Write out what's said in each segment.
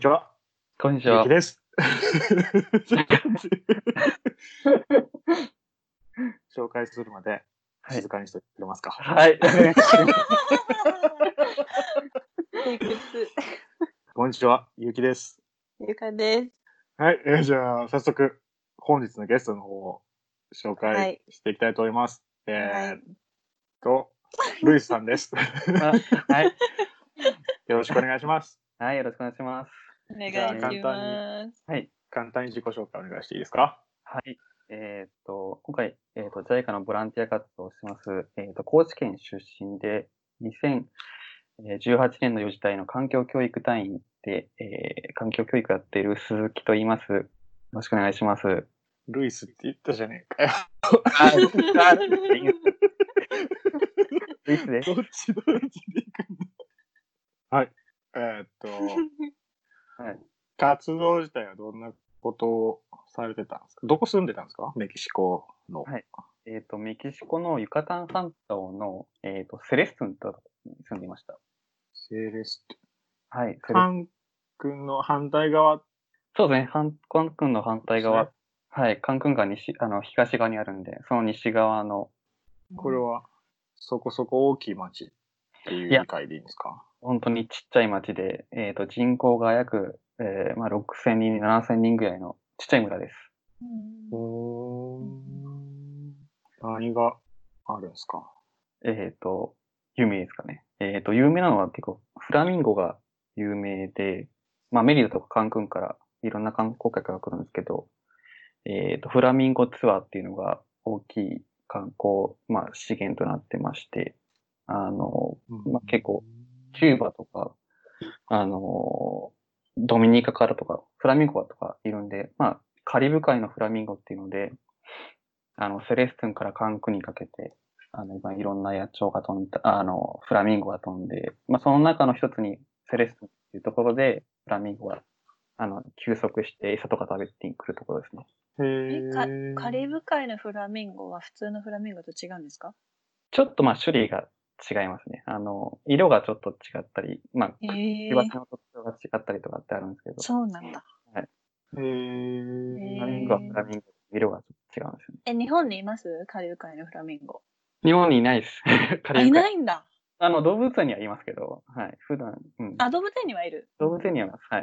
ちは。 こんにちは。 ゆうきです。紹介するまで静かにしてくれますか。 はい。 退屈。 こんにちは、ゆうきです。 ゆかです。 はい、じゃあ早速本日のゲストの方を紹介していきたいと思います。ルイスさんです。 はい。 よろしくお願いします。 はい、よろしくお願いします。 お願いします。 はい。 簡単に自己紹介お願いしていいですか。 はい。今回、JICA のボランティア活動をします、高知県出身で、2018年の4次隊の環境教育隊員で、環境教育やっている鈴木と言います。よろしくお願いします。 ルイスって言ったじゃねえかよ。 ルイスです。 どっちで行くんだ。はい。 はい、 活動自体はどんなことをされてたんですか。どこ住んでたんですか。メキシコの。 はい。メキシコのユカタン半島の、セレストンと住んでいました。 セレスト。 はい。 カン君の反対側。 そうですね。カン君の反対側。はい。カン君が東側にあるんで、その西側の。 これはそこそこ大きい町っていう理解でいいんですか。 本当にちっちゃい町で、人口が約、6000人、7000人ぐらいのちっちゃい村です。 何があるんですか。 有名ですかね。有名なのは結構フラミンゴが有名で、メリダとかカンクンからいろんな観光客が来るんですけど、フラミンゴツアーっていうのが大きい観光、資源となってまして、結構、キューバとか、ドミニカからとか、フラミンゴとかいるんで、カリブ海のフラミンゴっていうので、セレストンからカンクンにかけて、いろんな野鳥が飛んだ、フラミンゴが飛んで、その中の一つにセレストンっていうところで、フラミンゴが、休息して餌とか食べてくるところですね。 カリブ海のフラミンゴは普通のフラミンゴと違うんですか。 ちょっと種類が違いますね。色がちょっと違ったり、くちばしの特徴が違ったりとかってあるんですけど。 そうなんだ。 はい。 フラミンゴはフラミンゴ、色がちょっと違うんですよね。 日本にいますカリブ海のフラミンゴ。 日本にいないです。 いないんだ。 動物園にはいますけど、はい。普段、 動物園にはいる。 動物園にはいます。はい。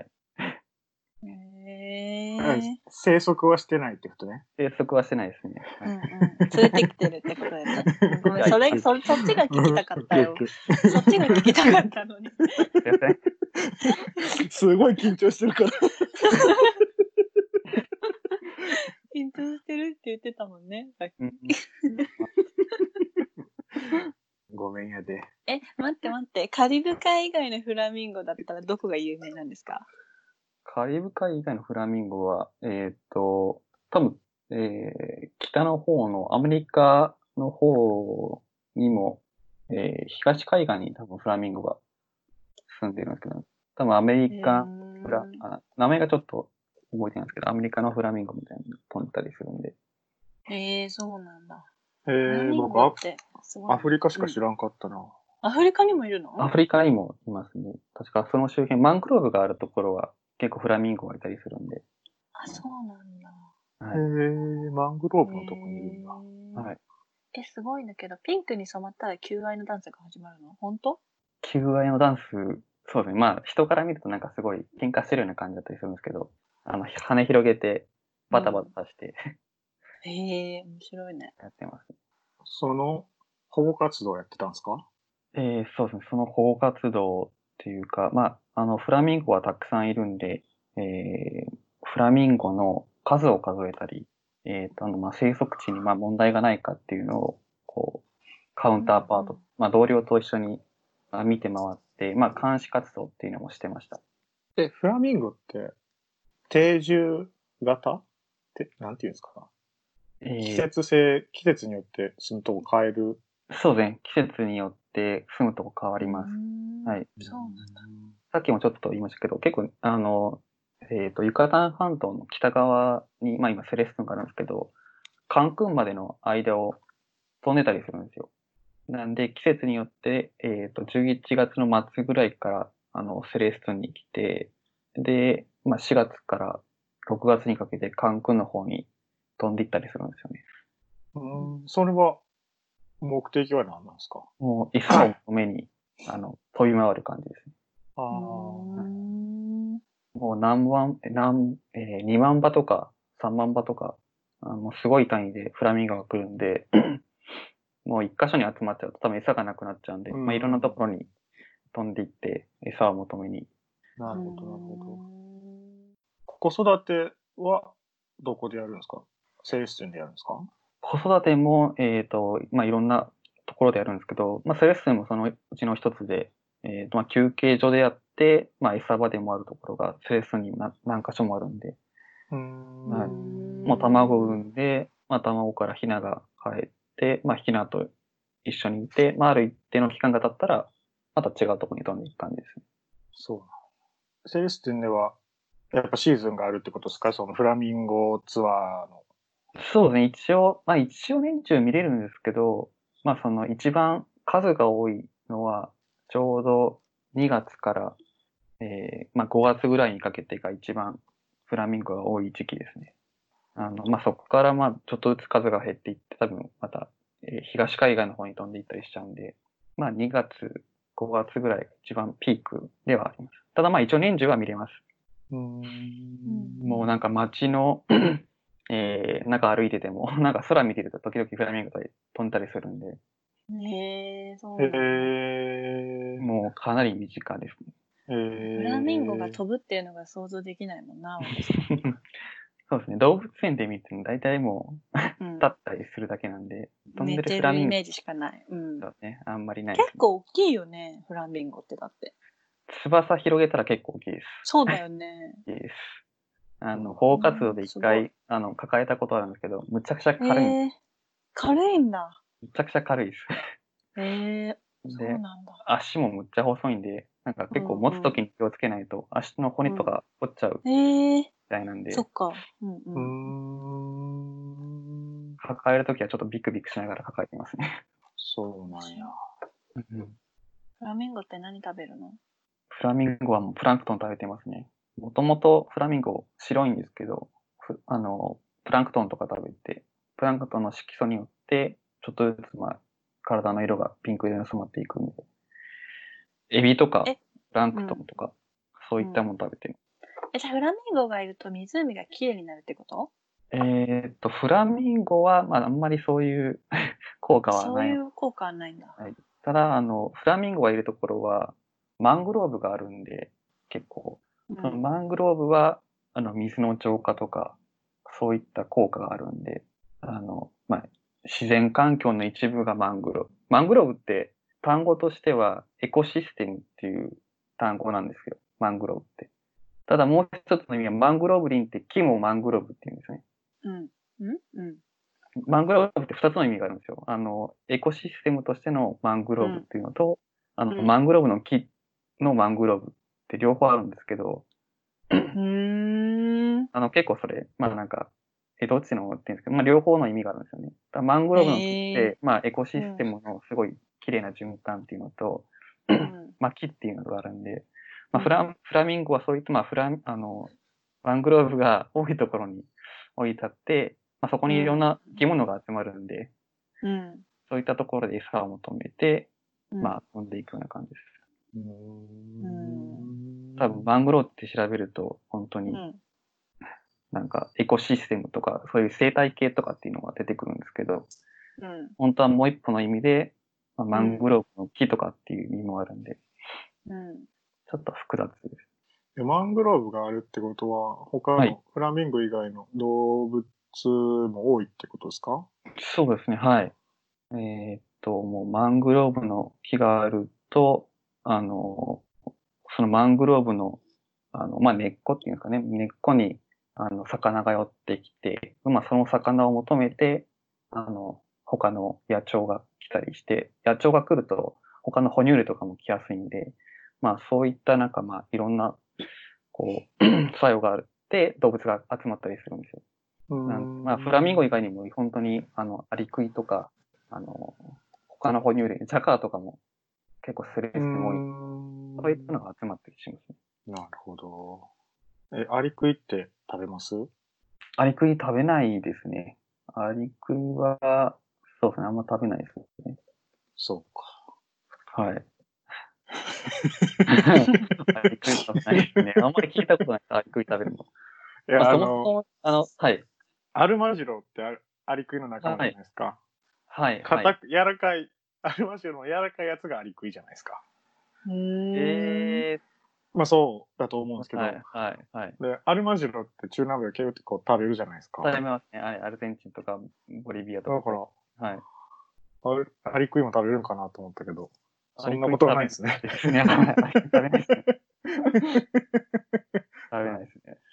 生息はしてないってことね。 生息はしてないですね。 連れてきてるってことですね。ごめん、そっちが聞きたかったよ。そっちが聞きたかったのに。 すごい緊張してるから。 緊張してるって言ってたもんね。さっき。 ごめんやで。 待って。カリブ海以外のフラミンゴだったらどこが有名なんですか。 カリブ海以外のフラミンゴは、多分、北の方のアメリカの方にも、東海岸に多分フラミンゴが住んでるんですけど、多分アメリカ名前がちょっと覚えてないんですけど、アメリカのフラミンゴみたいに飛んだりするんで。 そうなんだ。 僕アフリカしか知らんかったな。 アフリカにもいるの？ アフリカにもいますね。確かその周辺、マングローブがあるところは結構フラミンゴがいたりするんで。 そうなんだ。 はい、マングローブのとこにいるんだ。 はい。 すごいんだけど、ピンクに染まったら求愛のダンスが始まるの？本当？ 求愛のダンス、そうですね。人から見るとなんかすごい喧嘩してるような感じだったりするんですけど、羽広げて、バタバタして。 面白いね。 やってます。 その保護活動やってたんですか？ そうですね。その保護活動っていうか、フラミンゴはたくさんいるんで、フラミンゴの数を数えたり、生息地に問題がないかっていうのを、カウンターパート、同僚と一緒に見て回って、監視活動っていうのもしてました。 フラミンゴって、定住型ってなんていうんですか？季節によって住むとこ変える。 そうですね。季節によって住むとこ変わります。はい。 そうなんだ。 さっきもちょっと言いましたけど、結構、ユカタン半島の北側に、今セレストンがあるんですけど、カンクンまでの間を飛んでたりするんですよ。なんで、季節によって、11月の末ぐらいから、セレストンに来て、 で、まあ、4月から6月にかけてカンクンの方に飛んでいったりするんですよね。 それは、目的は何なんですか？ もう餌を求めに、飛び回る感じですね。 ああ、 もう2万羽とか3万羽とか、すごい単位でフラミンゴが来るんで、もう一箇所に集まっちゃうと多分餌がなくなっちゃうんで、まあいろんなところに飛んでいって餌を求めに。 なるほど、なるほど。子育てはどこでやるんですか？生室でやるんですか？ 子育ても、まあいろんなところでやるんですけど、まあセレッスンもそのうちの一つで、まあ休憩所でやって、まあ餌場でもあるところがセレッスンに何箇所もあるんで、はい、もう卵を産んで、まあ卵からヒナが生えて、まあヒナと一緒にいて、まあある一定の期間が経ったら、また違うところに飛んでいく感じですね。 そうな。セレスティンでは、やっぱシーズンがあるってことですか？そのフラミンゴツアーの。 そうですね。一応年中見れるんですけど、まあその一番数が多いのは、ちょうど2月から、まあ5月ぐらいにかけてが一番フラミンゴが多い時期ですね。まあそこからまあちょっとずつ数が減っていって、多分また、東海岸の方に飛んでいったりしちゃうんで、まあ2月、5月ぐらいが一番ピークではあります。ただまあ一応年中は見れます。もうなんか街の中歩いてても、なんか空見てると時々フラミンゴと飛んだりするんで、 そうなんだ。 もうかなり身近ですね。 フラミンゴが飛ぶっていうのが想像できないもんな、私。 そうですね。動物園で見ても大体もう立ったりするだけなんで、飛んでるフラミンゴ。 寝てるイメージしかない。 そうね。あんまりない、 結構大きいよね、フラミンゴってだって。 翼広げたら結構大きいです。 そうだよね。 大きいです。保護活動で一回、抱えたことあるんですけど、むちゃくちゃ軽いんです。 軽いんだ。 むちゃくちゃ軽いです。 そうなんだ。 足もむっちゃ細いんで、なんか結構持つときに気をつけないと、足の骨とか折っちゃうみたいなんで、 そっか。 抱えるときはちょっとビクビクしながら抱えてますね。 そうなんや。 フラミンゴって何食べるの？ フラミンゴはもうプランクトン食べてますね。もともとフラミンゴ白いんですけど、プランクトンとか食べて、プランクトンの色素によって、ちょっとずつ体の色がピンク色に染まっていくんで、エビとか、プランクトンとか、そういったもの食べてる。 じゃあフラミンゴがいると湖が綺麗になるってこと？ フラミンゴは、あんまりそういう効果はない。 そういう効果はないんだ。 はい、ただ、フラミンゴがいるところは、マングローブがあるんで、結構。そのマングローブは、水の浄化とか、そういった効果があるんで、自然環境の一部がマングローブ。マングローブって、単語としては、エコシステムっていう単語なんですよ。マングローブって。ただもう一つの意味は、マングローブ林って木もマングローブって言うんですね。マングローブって2つの意味があるんですよ。エコシステムとしてのマングローブっていうのと、マングローブの木のマングローブって両方あるんですけど、結構それ、どっちのって言うんですけど、両方の意味があるんですよね。マングローブの木って、エコシステムのすごい綺麗な循環っていうのと、木っていうのがあるんで、フラミンゴはそういった、マングローブが多いところに置いてあって、そこにいろんな生き物が集まるんで、そういったところで餌を求めて、飛んでいくような感じです。多分、マングローブって調べると、本当に、エコシステムとか、そういう生態系とかっていうのが出てくるんですけど、本当はもう一歩の意味で、マングローブの木とかっていう意味もあるんで、ちょっと複雑です。 マングローブがあるってことは、他のフラミンゴ以外の動物も多いってことですか？ そうですね、はい。もうマングローブの木があると、そのマングローブの、根っこっていうんですかね、根っこに、魚が寄ってきて、その魚を求めて、他の野鳥が来たりして、野鳥が来ると、他の哺乳類とかも来やすいんで、そういったいろんな、作用があって、動物が集まったりするんですよ。フラミンゴ以外にも、本当に、アリクイとか、他の哺乳類、ジャカーとかも結構スレステも多い。そういったのが集まったりしますね。 なるほど。 アリクイって食べます？ アリクイ食べないですね。アリクイは、そうですね、あんま食べないですね。 そうか。 はい。アリクイ食べないですね。あんまり聞いたことないです、アリクイ食べるの。 いや、 まあ、そもそも、はい。 アルマジロってアリクイの仲間じゃないですか。 はい。 硬く、柔らかい、アルマジロの柔らかいやつがアリクイじゃないですか。まあそうだと思うんですけど、 はい。 で、アルマジロって中南米は結構食べるじゃないですか。 食べますね。アルゼンチンとかボリビアとか。 だから、 はい。 アリクイも食べれるんかなと思ったけど、そんなことはないですね。 食べないですね。食べないですね。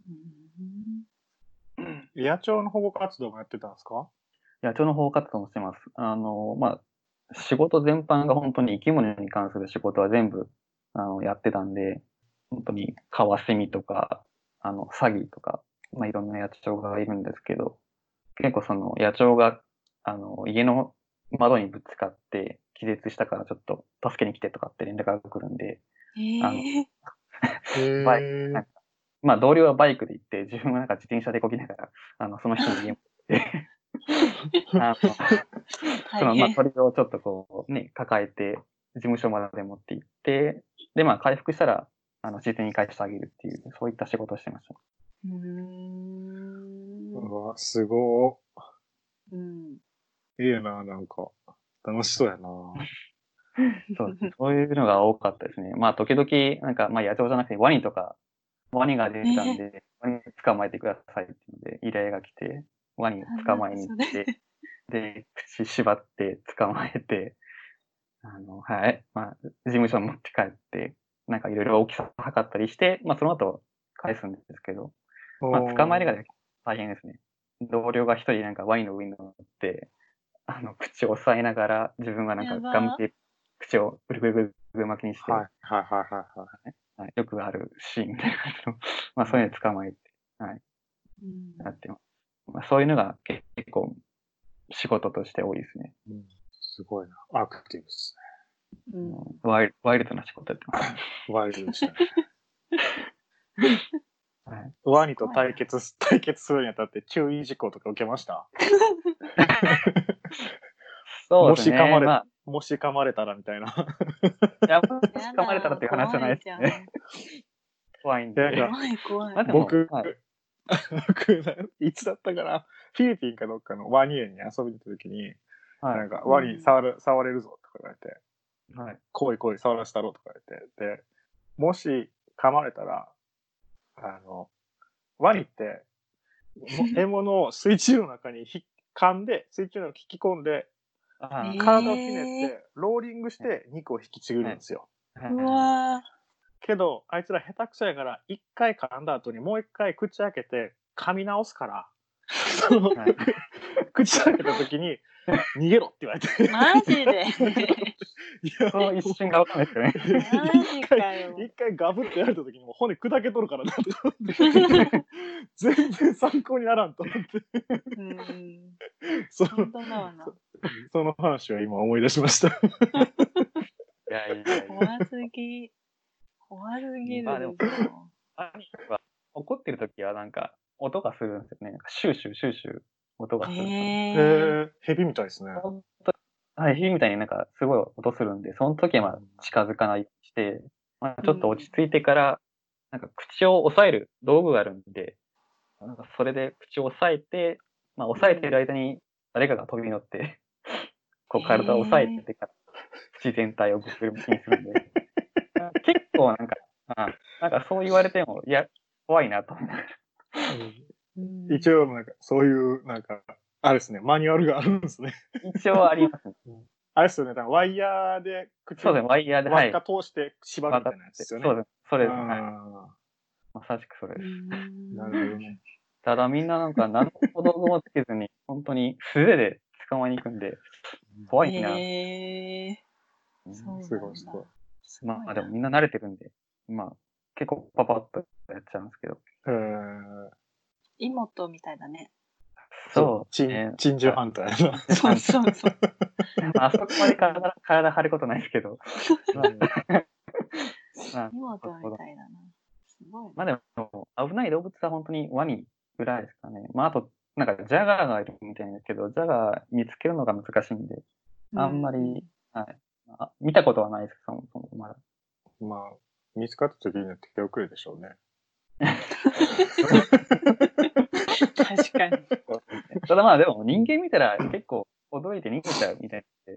野鳥の保護活動もやってたんですか？ 野鳥の保護活動もしてます。まあ、仕事全般が本当に生き物に関する仕事は全部、やってたんで、本当にカワセミとか、サギとか、まあ、いろんな野鳥がいるんですけど、結構その野鳥が、家の窓にぶつかって気絶したからちょっと助けに来てとかって連絡が来るんで、バイク、なんかまあ同僚はバイクで行って、自分はなんか自転車でこぎながら、その人の家に行って、まあ鳥をちょっとこうね、抱えて、事務所まで持って行って、で、まあ回復したら、自然に返してあげるっていう、そういった仕事をしてました。 うわ、すごー。いいな、なんか。楽しそうやな。 そうですね。そういうのが多かったですね。まあ、時々、なんか、まあ、野鳥じゃなくて、ワニとか、ワニが出てたんで、ワニ捕まえてくださいっていうので、依頼が来て、ワニ捕まえに行って、で、口縛って捕まえて、はい、まあ、事務所に持って帰って、なんかいろいろ大きさを測ったりして、まあ、その後、返すんですけど、まあ、捕まえるが大変ですね。同僚が一人なんかワニの上に乗って、口を押さえながら、自分はなんかガムテープ、口をぐるぐるぐるぐる巻きにして、 はい。 よくあるシーンみたいなのを、まあそういうの捕まえて、はい、やってます。まあそういうのが結構仕事として多いですね。 すごいな。アクティブですね。ワイルドな仕事やってます。 ワイルドでしたね。はい、ワニと対決するにあたって注意事項とか受けました？ そうですね。 もし噛まれたらみたいな。 いや、もし噛まれたらっていう話じゃないですね。怖いんで。 怖い。 僕、いつだったかな、フィリピンかどっかのワニ園に遊びに行った時に、なんかワニ触れるぞとか言われて、来い触らせたろとか言って、で、もし噛まれたら、ワニって、獲物を水中の中に噛んで、水中の中に引き込んで、体をひねって、ローリングして肉を引きちぐるんですよ。けど、あいつら下手くそやから、一回噛んだ後にもう一回口開けて噛み直すから、口開けた時に、逃げろって言われて。 マジでその一瞬がわかんないですよね。 マジかよ。 一回ガブってやられた時にもう骨砕けとるからなって思って。全然参考にならんと思って。その話は今思い出しました。 いや。 怖すぎるまあでも、怒ってる時はなんか音がするんですよね。シューシュー音がするんですよ。 蛇みたいですね。 はい、蛇みたいになんかすごい音するんで、その時はまあ近づかないようにして、まあ、ちょっと落ち着いてから、なんか口を押さえる道具があるんで、なんかそれで口を押さえて、まあ押さえてる間に誰かが飛び乗って、こう体を押さえてから口全体をぐるぐる巻きにするんで、結構なんかそう言われても、いや、怖いなと思いながら。 一応なんかそういうなんかあれですね、マニュアルがあるんですね。 一応ありますね。 あれですよね、ワイヤーで口を輪っか通して縛るみたいなやつですよね。 そうです、それです。まさしくそれです。 なるほどね。 ただみんななんか何の道具もつけずに、本当に素手で捕まえに行くんで、怖いな。 すごい。 まあでもみんな慣れてるんで、まあ結構パパッとやっちゃうんですけど。 妹みたいだね。 そう。珍獣ハンターやな。 そう。 あそこまで体張ることないですけど。 妹みたいだな。すごい。 まあでも、 危ない動物は本当にワニぐらいですかね。まあ、あと、なんか、ジャガーがいるみたいなんですけど、ジャガー見つけるのが難しいんで、あんまり、はい。見たことはないです、そもそもまだ。 まあ、見つかった時には手遅れでしょうね。 確かに。 ただまあでも人間見たら結構驚いて逃げちゃうみたいで。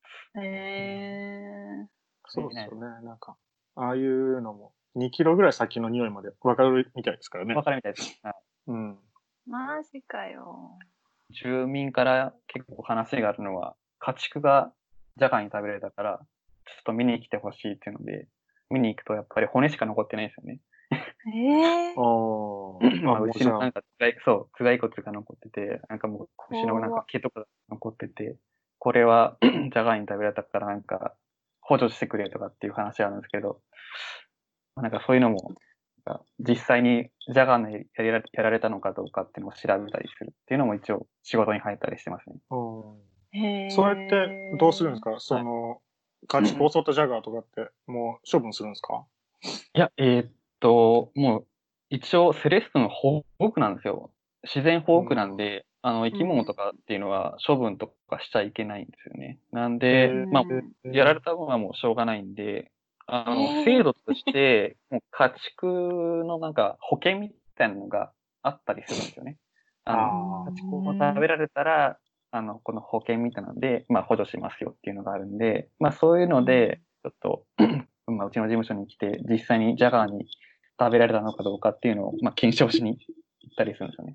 そうですよね。なんか、ああいうのも2キロぐらい先の匂いまで分かるみたいですからね。 分かるみたいです。はい。 うん。 マジかよ。 住民から結構話があるのは、家畜がジャガーに食べられたから、ちょっと見に来てほしいっていうので、見に行くとやっぱり骨しか残ってないんですよね。まあ、牛のなんか頭蓋骨が残ってて、なんかもう牛のなんか毛とか残ってて、これはジャガーに食べられたからなんか補助してくれとかっていう話があるんですけど、なんかそういうのも、実際にジャガーにやられたのかどうかっていうのを調べたりするっていうのも一応仕事に入ったりしてますね。 それってどうするんですか？その、家畜を襲ったジャガーとかってもう処分するんですか？ いや、もう一応セレストの保護区なんですよ。自然保護区なんで、生き物とかっていうのは処分とかしちゃいけないんですよね。なんで、まあ、やられた分はもうしょうがないんで、制度として、もう家畜のなんか保険みたいなのがあったりするんですよね。家畜を食べられたら、この保険みたいなので、まあ補助しますよっていうのがあるんで、まあそういうので、ちょっと、まあうちの事務所に来て、実際にジャガーに食べられたのかどうかっていうのを、まあ検証しに行ったりするんですよね。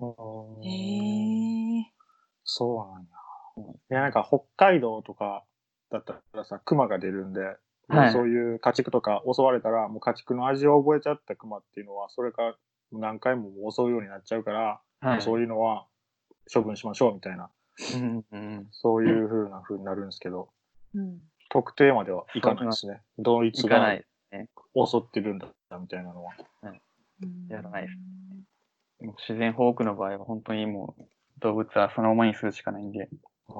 そうなんや。いや、なんか北海道とかだったらさ、熊が出るんで、もうそういう家畜とか襲われたら、もう家畜の味を覚えちゃった熊っていうのは、それから何回も襲うようになっちゃうから、もうそういうのは処分しましょうみたいな、そういう風になるんですけど、特定まではいかないですね。ドイツが襲ってるんだみたいなのは。 やらないです。もう自然保護区の場合は本当にもう動物はそのままにするしかないんで、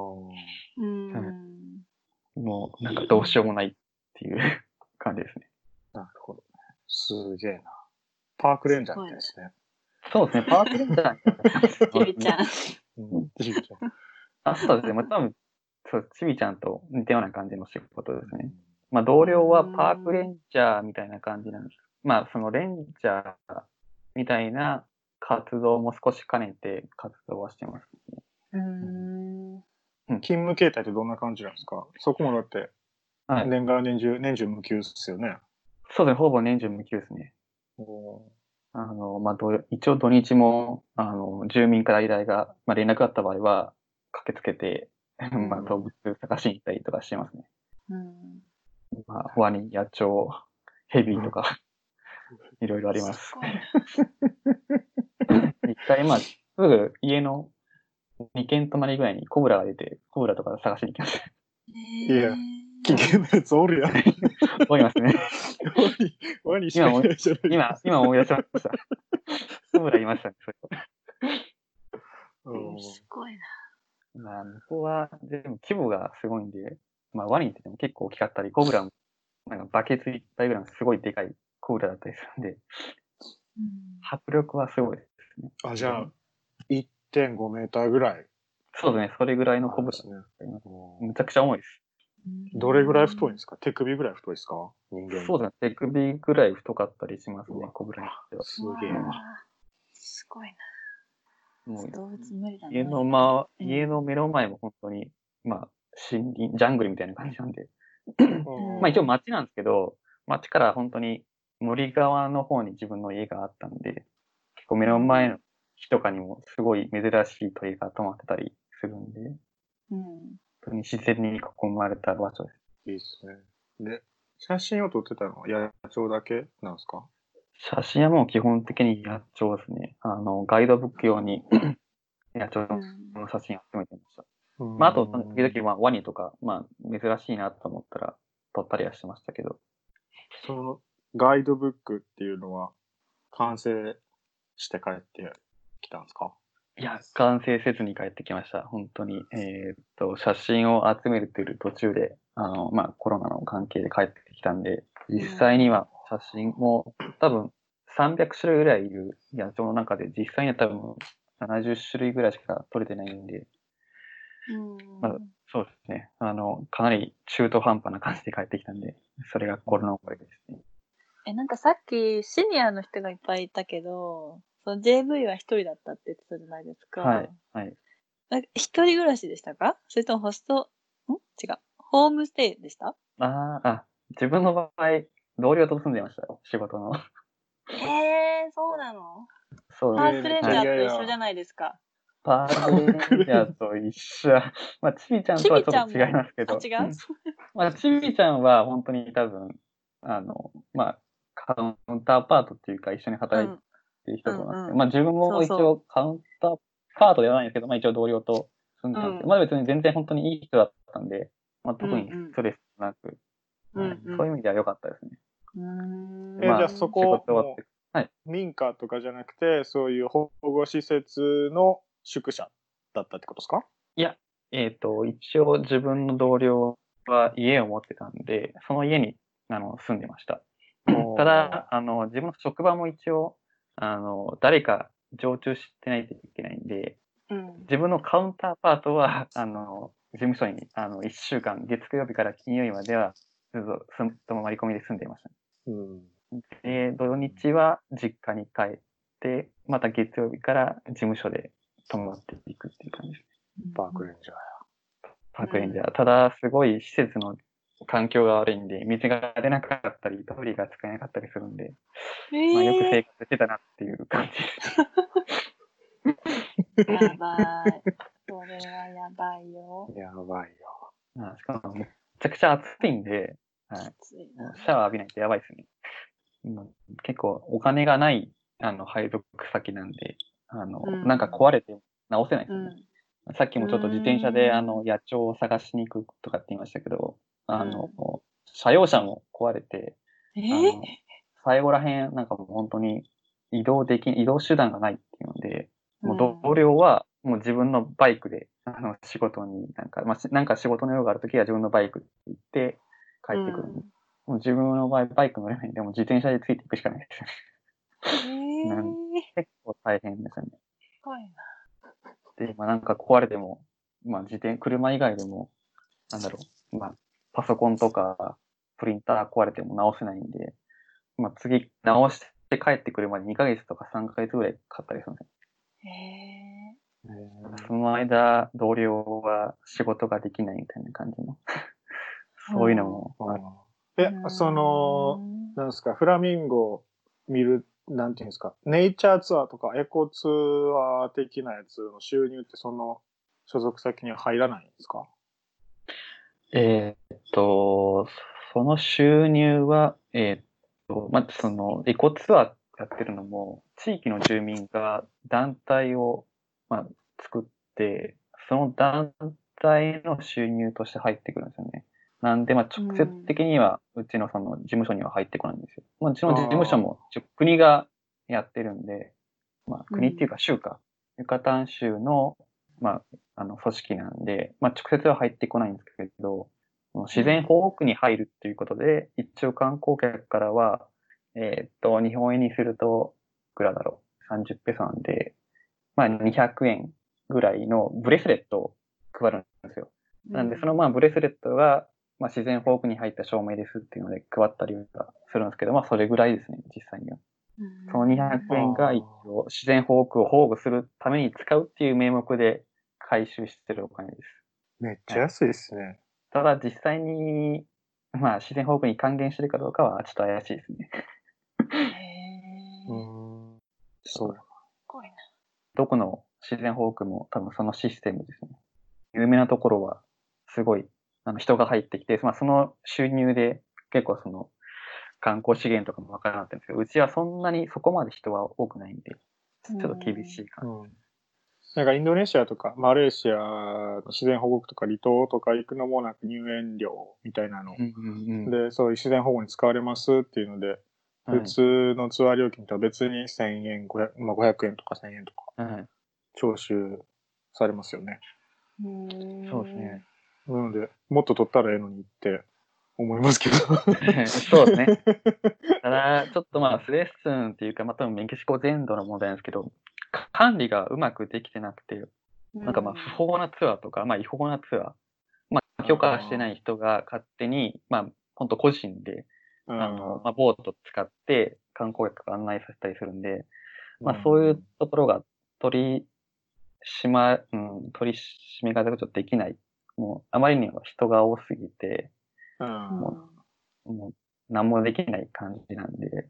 もうなんかどうしようもないっていう感じですね。 なるほど。すげえな。パークレンジャーみたいですね。 そうですね、パークレンジャーみたいな感じです。 ちびちゃん。 ちびちゃん。 そうですね、まあ多分、そう、ちびちゃんと似たような感じの仕事ですね。まあ同僚はパークレンジャーみたいな感じなんです。まあそのレンジャーみたいな活動も少し兼ねて活動はしてますね。 勤務形態ってどんな感じなんですか？そこもだって、年がら年中無休ですよね。 そうですね、ほぼ年中無休ですね。まあ、一応土日も、住民から依頼が、まあ、連絡があった場合は、駆けつけて、まあ、動物探しに行ったりとかしてますね。まあ、ワニ、野鳥、ヘビとか、いろいろあります。一回、まあ、すぐ家の2軒隣ぐらいにコブラが出て、コブラとか探しに行きました。 いや、危険なやつおるやん。 おりますね。 ワニしかいないじゃないですか。 今思い出しました。コブラいましたね、それ。 すごいな。 まあ、向こうは、でも規模がすごいんで、まあ、ワニっても結構大きかったり、コブラも、なんかバケツ一杯ぐらいのすごいでかいコブラだったりするんで、迫力はすごいですね。 じゃあ、1.5 メーターぐらい。 そうですね、それぐらいのコブラですね。むちゃくちゃ重いです。 どれぐらい太いんですか？手首ぐらい太いですか？人間そうですね、手首ぐらい太かったりしますね、コブラにしては。 すげえな。 すごいな。 もう動物無理だね。 家の目の前も本当に、まあ、森林、ジャングルみたいな感じなんで。まあ一応町なんですけど、町から本当に森側の方に自分の家があったんで、結構目の前の木とかにもすごい珍しい鳥が止まってたりするんで、本当に自然に囲まれた場所です。 いいですね。で、写真を撮ってたのは野鳥だけなんですか？ 写真はもう基本的に野鳥ですね。ガイドブック用に野鳥の写真を集めてました。まあ、あと、時々、まあ、ワニとか、まあ、珍しいなと思ったら、撮ったりはしてましたけど。 その、ガイドブックっていうのは、完成して帰ってきたんですか？ いや、完成せずに帰ってきました。本当に。写真を集めるという途中で、まあ、コロナの関係で帰ってきたんで、実際には写真も多分 300種類ぐらいいる野鳥の中で、実際には多分70種類ぐらいしか取れてないんで、まあ、そうですね。かなり中途半端な感じで帰ってきたんで、それが心の思い出ですね。 なんかさっきシニアの人がいっぱいいたけど、その JV は一人だったって言ってたじゃないですか。 はい。はい。 一人暮らしでしたか？それとも違う。ホームステイでした？ 自分の場合、同僚と住んでましたよ、仕事の。 そうなの？ そうパークレンジャーと一緒じゃないですか。 パークレンジャーと一緒や。まあ、ちびちゃんとはちょっと違いますけど。 違う？ まあ、ちびちゃんは本当に多分、まあ、カウンターパートっていうか一緒に働いてる人と思いますけど、まあ自分も一応カウンターパートではないんですけど、まあ一応同僚と住んでたんですけど、まあ別に全然本当にいい人だったんで、まあ特にストレスなく、そういう意味では良かったですね。 じゃあそこも民家とかじゃなくて、そういう保護施設の宿舎だったってことですか？ いや、一応自分の同僚は家を持ってたんで、その家に住んでました。ただ、自分の職場も一応、誰か常駐してないといけないんで、自分のカウンターパートは、事務所に、1週間、月曜日から金曜日までは、ずっと泊まり込みで住んでいました。で、土日は実家に帰って、また月曜日から事務所で泊まっていくっていう感じです。 パークレンジャーや。 パークレンジャー。ただ、すごい施設の環境が悪いんで、水が出なかったり、トイレが使えなかったりするんで、まあよく生活してたなっていう感じです。やばい。それはやばいよ。 やばいよ。 しかもめちゃくちゃ暑いんで、はい、シャワー浴びないとやばいですね。結構お金がない配属先なんで、なんか壊れて直せないですよね。さっきもちょっと自転車で野鳥を探しに行くとかって言いましたけど、車用車も壊れて、最後らへんなんかもう本当に移動手段がないっていうので、もう同僚はもう自分のバイクで仕事になんか仕事の用があるときは自分のバイクで行って帰ってくるんで、もう自分の場合バイク乗れないんで、もう自転車でついていくしかないですよね。結構大変ですよね。で、なんか壊れても、車以外でも、パソコンとか、プリンター壊れても直せないんで、次直して帰ってくるまで2ヶ月とか3ヶ月ぐらいかかったりするんですよ。その間、同僚は仕事ができないみたいな感じの、そういうのもある。 なんですか、フラミンゴを見る、なんていうんですか、ネイチャーツアーとかエコツアー的なやつの収入ってその所属先には入らないんですか？ その収入は、そのエコツアーやってるのも、地域の住民が団体を、作って、その団体の収入として入ってくるんですよね。なんで、直接的には、うちのその事務所には入ってこないんですよ。うちの事務所も国がやってるんで、国っていうか州か。ユカタン州の、組織なんで、直接は入ってこないんですけど、自然保護区に入るっていうことで、一応観光客からは、日本円にすると、いくらだろう、30ペソなんで、200円ぐらいのブレスレットを配るんですよ。なんで、そのブレスレットが、自然保護区に入った証明ですっていうので配ったりはするんですけど、それぐらいですね、実際には。その200円が一応自然保護区を保護するために使うっていう名目で回収してるお金です。 めっちゃ安いですね。 ただ実際に、自然保護区に還元してるかどうかはちょっと怪しいですね。 そう。 どこの自然保護区も多分そのシステムですね。有名なところはすごい人が入ってきて、その収入で結構その観光資源とかも分からなってるんですけど、うちはそんなにそこまで人は多くないんで、ちょっと厳しい感じ。 なんかインドネシアとかマレーシアの自然保護区とか離島とか行くのもなんか入園料みたいなの、でそういう自然保護に使われますっていうので、普通のツアー料金とは別に1000円、500円とか1000円とか徴収されますよね。 そうですね。 なのでもっと取ったらええのにって思いますけど。 そうですね。ただ、ちょっとまあ、レッスンっていうか、まあ、多分メキシコ全土の問題なんですけど、管理がうまくできてなくて、なんかまあ、不法なツアーとか、まあ、違法なツアー、まあ、許可してない人が勝手に、まあ、本当個人で、まあ、ボート使って観光客が案内させたりするんで、まあ、そういうところが取り締めがちょっとできない。もう、あまりにも人が多すぎて、もう何もできない感じなんで、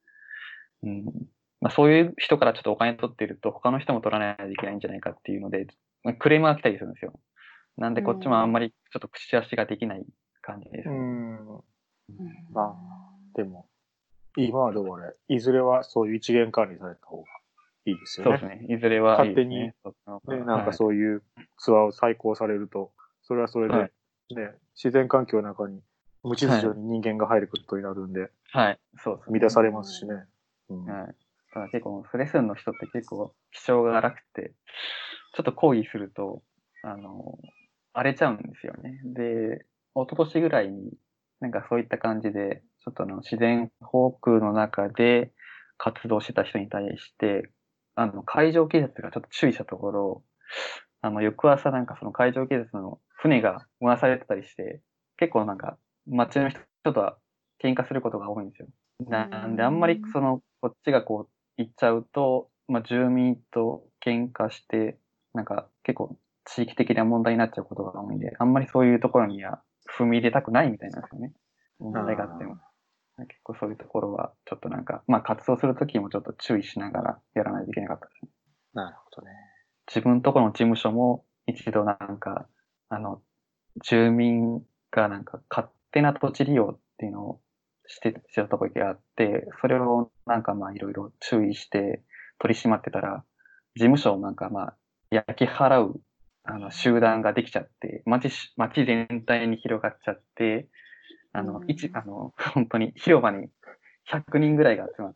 まあ、そういう人からちょっとお金取っていると、他の人も取らないといけないんじゃないかっていうので、クレームが来たりするんですよ。なんでこっちもあんまりちょっと口出しができない感じですね。 まあ、でも、今はどうあれ、いずれはそういう一元管理された方がいいですよね。 そうですね。いずれはいいですね。 勝手に、ね、なんかそういうツアーを再考されると、それはそれで、ね、自然環境の中に無秩序に人間が入ることになるんで、 はい、そうですね。 乱されますしね。 はい。ただ結構、レッスンの人って結構気性が荒くて、ちょっと抗議すると、荒れちゃうんですよね。で、一昨年ぐらいに、なんかそういった感じで、ちょっと自然保護区の中で活動してた人に対して、海上警察がちょっと注意したところ、翌朝なんかその海上警察の船が燃やされてたりして、結構なんか街の人とは喧嘩することが多いんですよ。なんであんまりこっちがこう行っちゃうと、まあ住民と喧嘩して、なんか結構地域的な問題になっちゃうことが多いんで、あんまりそういうところには踏み入れたくないみたいなんですよね。問題があっても。結構そういうところは、ちょっとなんか、まあ活動するときもちょっと注意しながらやらないといけなかったですね。 なるほどね。 自分とこの事務所も一度なんか、住民がなんか勝手な土地利用っていうのをしてたところがあって、それをなんかまあいろいろ注意して取り締まってたら、事務所をなんかまあ焼き払う集団ができちゃって、街全体に広がっちゃって、本当に広場に100人ぐらいが集まって、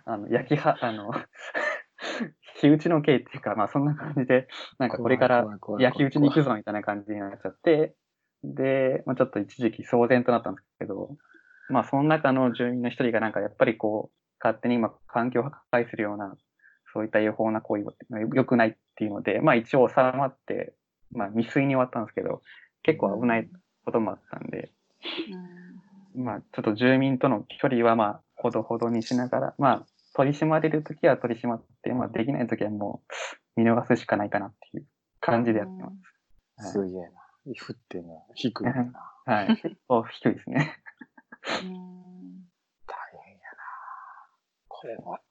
火打ちの刑っていうか、まあそんな感じで、なんかこれから焼き打ちに行くぞみたいな感じになっちゃって、で、まあちょっと一時期騒然となったんですけど、まあその中の住民の一人がなんかやっぱりこう、勝手に今環境を破壊するような、そういった違法な行為は良くないっていうので、まあ一応収まって、まあ未遂に終わったんですけど、結構危ないこともあったんで、まあちょっと住民との距離はまあほどほどにしながら、まあ取り締まれるときは取り締まって、まあできないときはもう見逃すしかないかなっていう感じでやってます。 すげえな。F っていうのは低いんだな。 はい。結構低いですね。 大変やな。これは。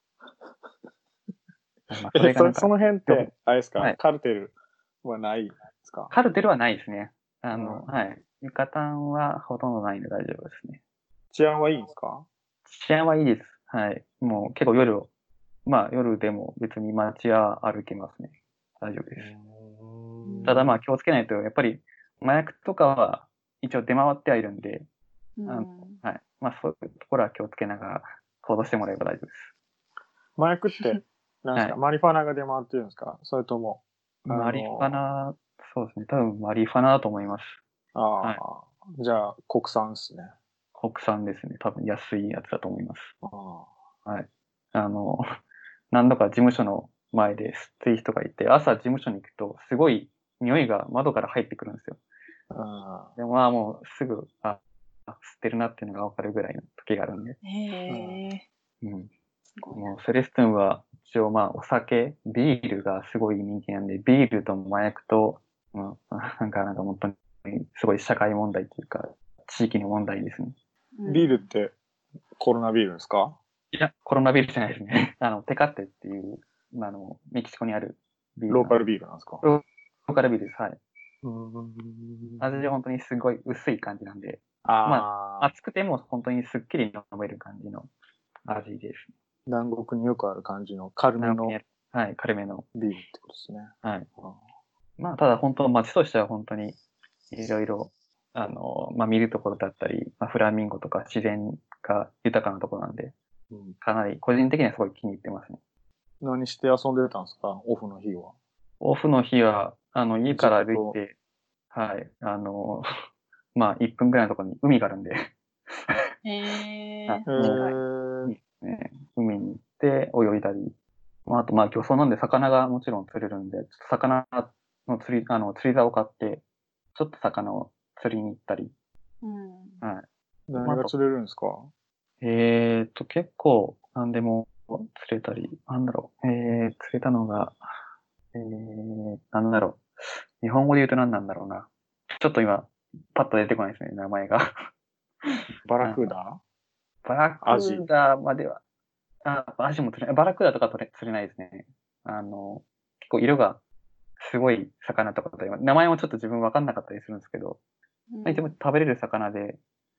その辺って、あれですか、カルテルはないですか？ カルテルはないですね。はい。ユカタンはほとんどないんで大丈夫ですね。 治安はいいんですか？ 治安はいいです。はい。もう結構まあ夜でも別に街は歩けますね。大丈夫です。ただまあ気をつけないと、やっぱり麻薬とかは一応出回ってはいるんで、はい。まあそういうところは気をつけながら行動してもらえば大丈夫です。 麻薬って、何ですか、マリファナが出回ってるんですか？それとも。 マリファナ、そうですね。多分マリファナだと思います。 はい、じゃあ国産ですね。 国産ですね。多分安いやつだと思います。はい。何度か事務所の前で吸っている人がいて、朝事務所に行くと、すごい匂いが窓から入ってくるんですよ。でもまあもうすぐ、吸ってるなっていうのがわかるぐらいの時があるんで。もうセレストゥンは一応まあお酒、ビールがすごい人気なんで、ビールと麻薬と、なんか本当にすごい社会問題というか、地域の問題ですね。 ビールってコロナビールですか？ いや、コロナビールじゃないですね。テカテっていう、メキシコにあるビール。ローカルビールなんですか？ ローカルビールです。はい。味本当にすごい薄い感じなんで、まあ、熱くても本当にすっきり飲める感じの味です。 南国によくある感じの軽めの。 はい、軽めの。 ビールってことですね。 はい。まあ、ただ本当、街としては本当にいろいろ、まあ見るところだったり、まあ、フラミンゴとか自然が豊かなところなんで、かなり個人的にはすごい気に入ってますね。 何して遊んでたんですか？オフの日は。 オフの日は、家から歩いて、はい、 まあ1分ぐらいのところに海があるんでへ海に行って泳いだり、あとまあ漁村なんで魚がもちろん釣れるんで、ちょっと魚の釣り竿を買って、ちょっと魚を釣りに行ったり。 はい。何が釣れるんですか？ 結構何でも釣れたり、なんだろう。釣れたのが、なんだろう。日本語で言うと何なんだろうな。ちょっと今、パッと出てこないですね、名前が。 バラクーダ？ バラクーダまでは、アジも釣れない。バラクーダとか釣れないですね。結構色がすごい魚とかと、名前もちょっと自分分かんなかったりするんですけど、一応食べれる魚で、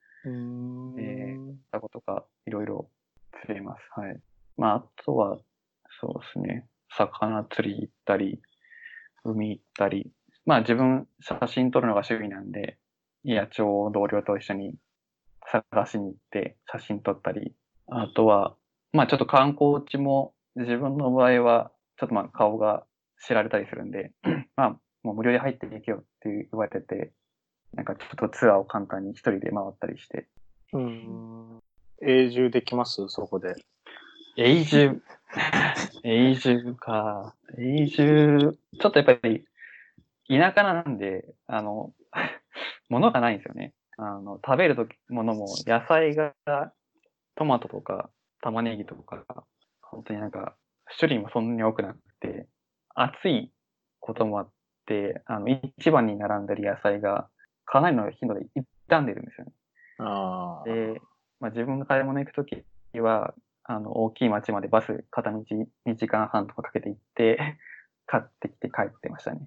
タコとかいろいろ釣れます。はい。まあ、あとは、そうですね。魚釣り行ったり、海行ったり、まあ自分写真撮るのが趣味なんで、野鳥を同僚と一緒に探しに行って写真撮ったり、あとは、まあちょっと観光地も自分の場合は、ちょっとまあ顔が知られたりするんで、まあもう無料で入っていけよって言われてて、なんかちょっとツアーを簡単に一人で回ったりして。 永住できますそこで。 永住か。永住、ちょっとやっぱり田舎なんで、物がないんですよね。食べるものも野菜がトマトとか玉ねぎとか、本当になんか種類もそんなに多くなくて、暑いこともあって、市場に並んでる野菜がかなりの頻度で傷んでるんですよね。で、まあ、自分が買い物行くときは、大きい町までバス片道2時間半とかかけて行って、買ってきて帰ってましたね。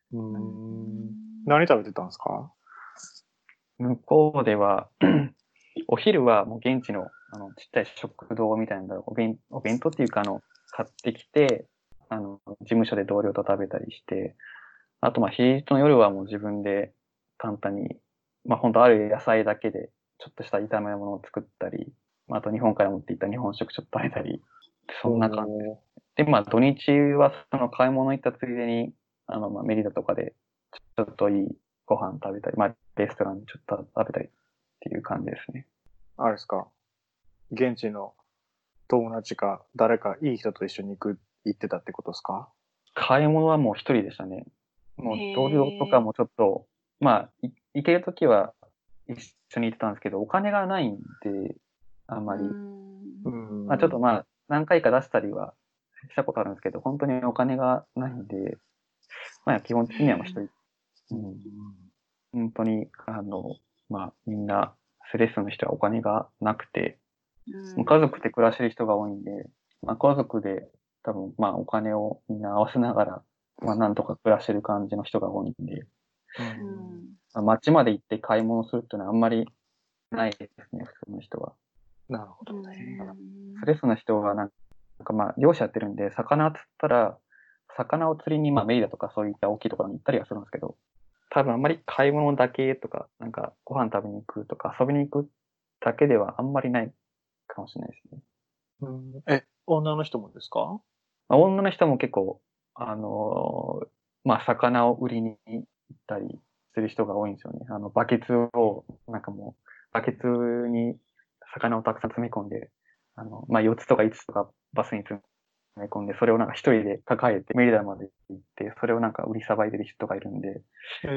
何食べてたんですか？ 向こうでは、お昼はもう現地の、ちっちゃい食堂みたいなお弁当っていうか、買ってきて、事務所で同僚と食べたりして、あと、まあ、平日の夜はもう自分で簡単に、まあ、本当ある野菜だけで、ちょっとした炒め物を作ったり、あと日本から持っていった日本食ちょっと食べたり、そんな感じで。で、まあ、土日はその買い物行ったついでに、まあ、メリダとかで、ちょっといいご飯食べたり、まあ、レストランでちょっと食べたりっていう感じですね。 あれですか？現地の友達か誰かいい人と一緒に行ってたってことですか？ 買い物はもう一人でしたね。もう同僚とかもちょっと、まあ、行けるときは一緒に行ってたんですけど、お金がないんで、あんまり。まあ、ちょっとまあ、何回か出したりはしたことあるんですけど、本当にお金がないんで、まあ、基本的には一人。本当に、まあ、みんな、スレッスンの人はお金がなくて、家族で暮らしてる人が多いんで、まあ、家族で多分、まあ、お金をみんな合わせながら、まあ、なんとか暮らしてる感じの人が多いんで、まあ、街まで行って買い物するっていうのはあんまりないですね、普通の人は。 なるほどね。 スレッスンの人はなんかまあ、漁師やってるんで、魚釣ったら、魚を釣りに、まあ、メイダとかそういった大きいところに行ったりはするんですけど、多分あんまり買い物だけとか、なんかご飯食べに行くとか遊びに行くだけではあんまりないかもしれないですね。 女の人もですか？ まあ、女の人も結構、まあ、魚を売りに行ったりする人が多いんですよね。バケツを、なんかもう、バケツに魚をたくさん詰め込んで、まあ、4つとか5つとかバスに詰め込んで、それをなんか一人で抱えてメリダまで行って、それをなんか売りさばいてる人がいるんで、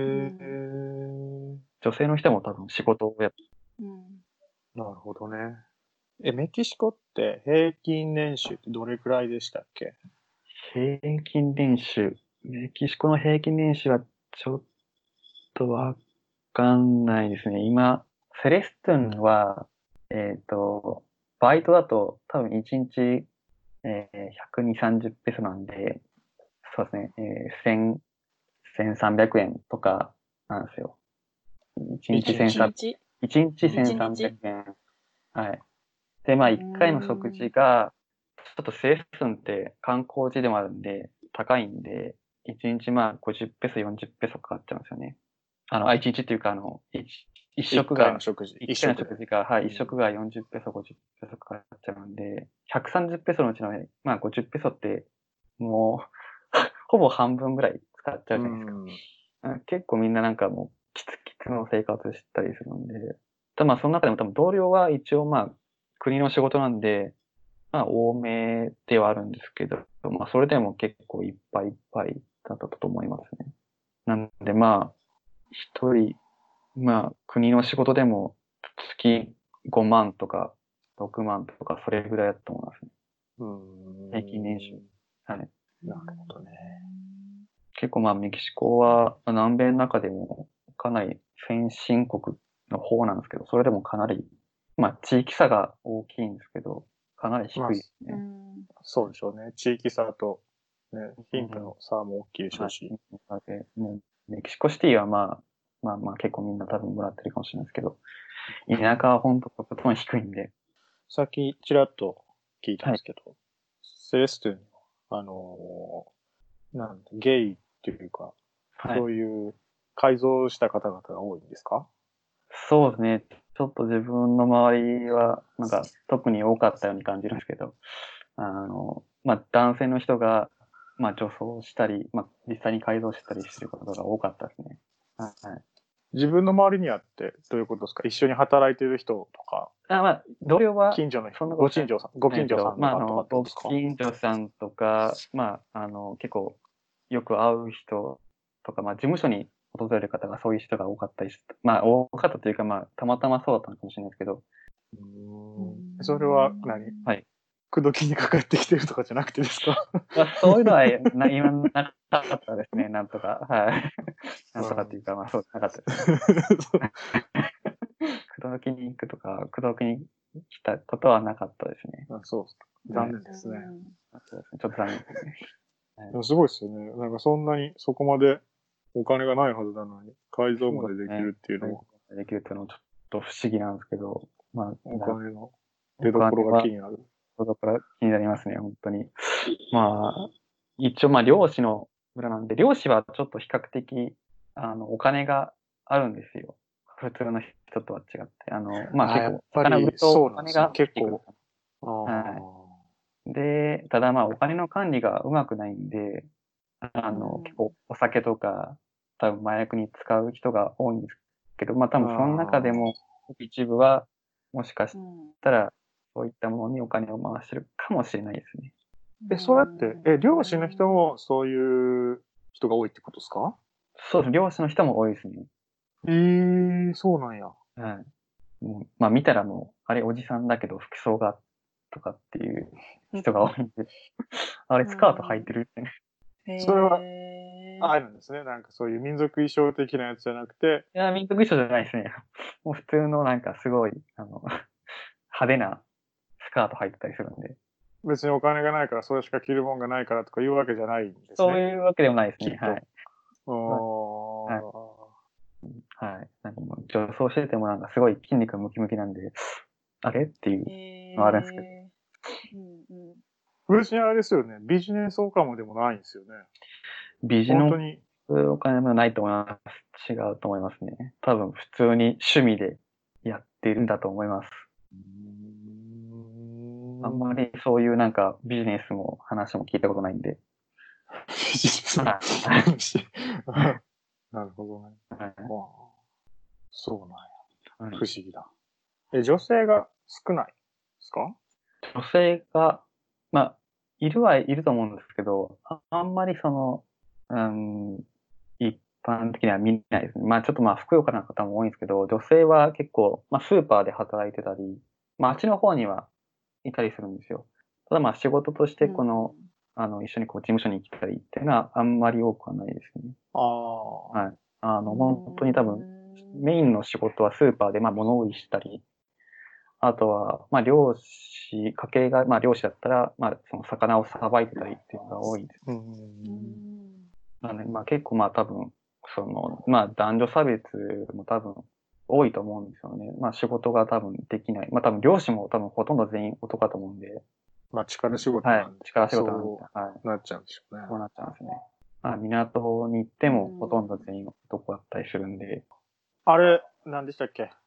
女性の人も多分仕事をやって、 なるほどね。メキシコって平均年収ってどれくらいでしたっけ？ 平均年収、メキシコの平均年収はちょっとわかんないですね。今、セレストゥンは、バイトだと多分1日、120、30ペソなんで、そうですね、1300円とかなんですよ。1日1300円。1日1300円。はい。で、まあ1回の食事が、ちょっとセレストゥンって観光地でもあるんで、高いんで、1日まあ50ペソ、40ペソかかっちゃうんですよね。1日っていうか、一食が、一回の食事が、はい、一食が40ペソ、50ペソかかっちゃうんで、130ペソのうちの、まあ50ペソって、もうほぼ半分ぐらい使っちゃうじゃないですか。結構みんななんかもう、きつ普通の生活したりするんで、まあその中でも多分同僚は一応まあ国の仕事なんで、まあ多めではあるんですけど、まあそれでも結構いっぱいいっぱいだったと思いますね。なんでまあ、一人、まあ国の仕事でも月5万とか6万とかそれぐらいだと思いますね。平均年収。はい。 なるほどね。 結構まあメキシコは南米の中でもかなり先進国の方なんですけど、それでもかなり、まあ地域差が大きいんですけど、かなり低いですね。 そうでしょうね。地域差と、ね、貧富の差も大きいでしょうし。 はい、もうメキシコシティはまあ結構みんな多分もらってるかもしれないですけど、田舎は本当とことん低いんで。 さっきちらっと聞いたんですけど、セレステには、ゲイっていうか、そういう改造した方々が多いんですか？ そうですね。ちょっと自分の周りは、なんか特に多かったように感じるんですけど、まあ男性の人が、まあ女装したり、まあ実際に改造したりしてることが多かったですね。はい。 自分の周りにあってどういうことですか？一緒に働いてる人とか。 まあ、同僚は、 近所の人、ご近所さんとかってことですか？ ご近所さんとか、まあ、結構よく会う人とか、まあ事務所に訪れる方がそういう人が多かったりして、まあ多かったというか、まあたまたまそうだったのかもしれないですけど。 それははい。 口説きにかかってきてるとかじゃなくてですか？ そういうのは今なかったですね、なんとか。はい。なんとかっていうか、まあそうなかったですね。口説きに行くとか、口説きに来たことはなかったですね。 そうですか。残念ですね。 そうですね。ちょっと残念ですね。 でもすごいですよね。なんかそんなにそこまでお金がないはずなのに、改造までできるっていうのは。 できるっていうのはちょっと不思議なんですけど、まあ、 お金の出所が気になる。 出所気になりますね、本当に。まあ、一応まあ漁師の村なんで、漁師はちょっと比較的、お金があるんですよ。普通の人とは違って。まあ結構、魚売るとお金が結構。 はい。で、ただまあお金の管理がうまくないんで、結構お酒とか、多分麻薬に使う人が多いんですけど、まあ多分その中でも一部は、もしかしたら、そういったものにお金を回してるかもしれないですね。 そうやって、漁師の人もそういう人が多いってことですか？ そうです。漁師の人も多いですね。 そうなんや。 はい。まあ見たらもう、あれおじさんだけど服装が、とかっていう人が多いんで、あれスカート履いてるってね。 それは、あるんですね。なんかそういう民族衣装的なやつじゃなくて。 いや、民族衣装じゃないですね。もう普通のなんかすごい、派手なスカート履いてたりするんで。 別にお金がないから、それしか着るもんがないからとかいうわけじゃないんですね。 そういうわけでもないですね。はい。はい。なんかもう女装しててもなんかすごい筋肉ムキムキなんで、あれっていうのはあるんですけど。 別にあれですよね。ビジネスオカムでもないんですよね。 ビジネスお金もないと思います。違うと思いますね。多分普通に趣味でやってるんだと思います。あんまりそういうなんかビジネスも話も聞いたことないんで。 ビジネスの話。なるほどね。そうなんや。不思議だ。女性が少ないですか？ 女性が、まあ、いると思うんですけど、あんまりその、一般的には見ないですね。まあちょっとまあ、ふくよかな方も多いんですけど、女性は結構、まあスーパーで働いてたり、まああっちの方にはいたりするんですよ。ただまあ仕事としてこの、一緒にこう事務所に来たりっていうのはあんまり多くはないですね。はい。本当に多分、メインの仕事はスーパーでまあ物売りしたり、あとは、まあ漁師、家系がまあ漁師だったら、まあその魚をさばいてたりっていうのが多いです。なので、まあ結構まあ多分、まあ男女差別も多分多いと思うんですよね。まあ仕事が多分できない。まあ多分漁師も多分ほとんど全員男だと思うんで。 まあ力仕事なんで。 力仕事なんで。 なっちゃうんでしょうね。 そうなっちゃうんですね。まあ港に行ってもほとんど全員男だったりするんで。 あれ、何でしたっけ？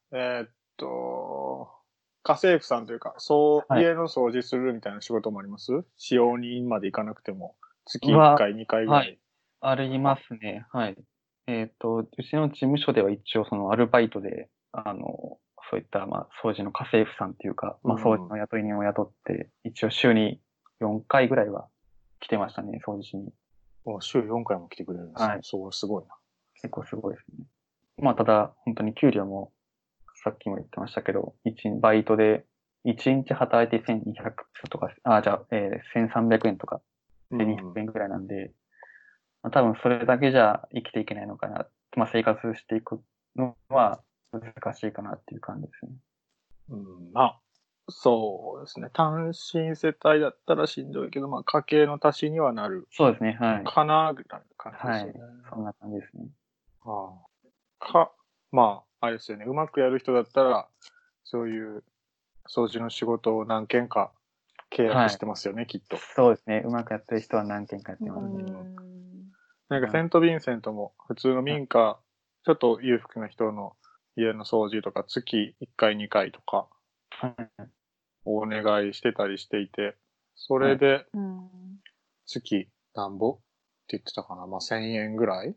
家政婦さんというか、家の掃除するみたいな仕事もあります？使用人まで行かなくても、月1回、2回ぐらい。 ありますね。はい。 うちの事務所では一応そのアルバイトで、そういった、まあ、掃除の家政婦さんっていうか、まあ、掃除の雇い人を雇って、一応週に4回ぐらいは来てましたね、掃除しに。 週4回も来てくれるんですね。 はい。 そう、すごいな。 結構すごいですね。まあ、ただ、本当に給料も、さっきも言ってましたけど、バイトで、1日働いて1200とか、1300円とか、1200円ぐらいなんで、まあ、多分それだけじゃ生きていけないのかな。まあ、生活していくのは難しいかなっていう感じですね。 まあ、そうですね。単身世帯だったらしんどいけど、まあ、家計の足しにはなる。 そうですね、はい。 かな、ぐらいの感じですよね。 はい。そんな感じですね。 まあ、あれですよね。うまくやる人だったら、そういう掃除の仕事を何件か契約してますよね、きっと。 そうですね。うまくやってる人は何件かやってますね。 なんかセント・ヴィンセントも普通の民家、ちょっと裕福な人の家の掃除とか月1回2回とかお願いしてたりしていて、それで月なんぼって言ってたかな、まあ1000円ぐらい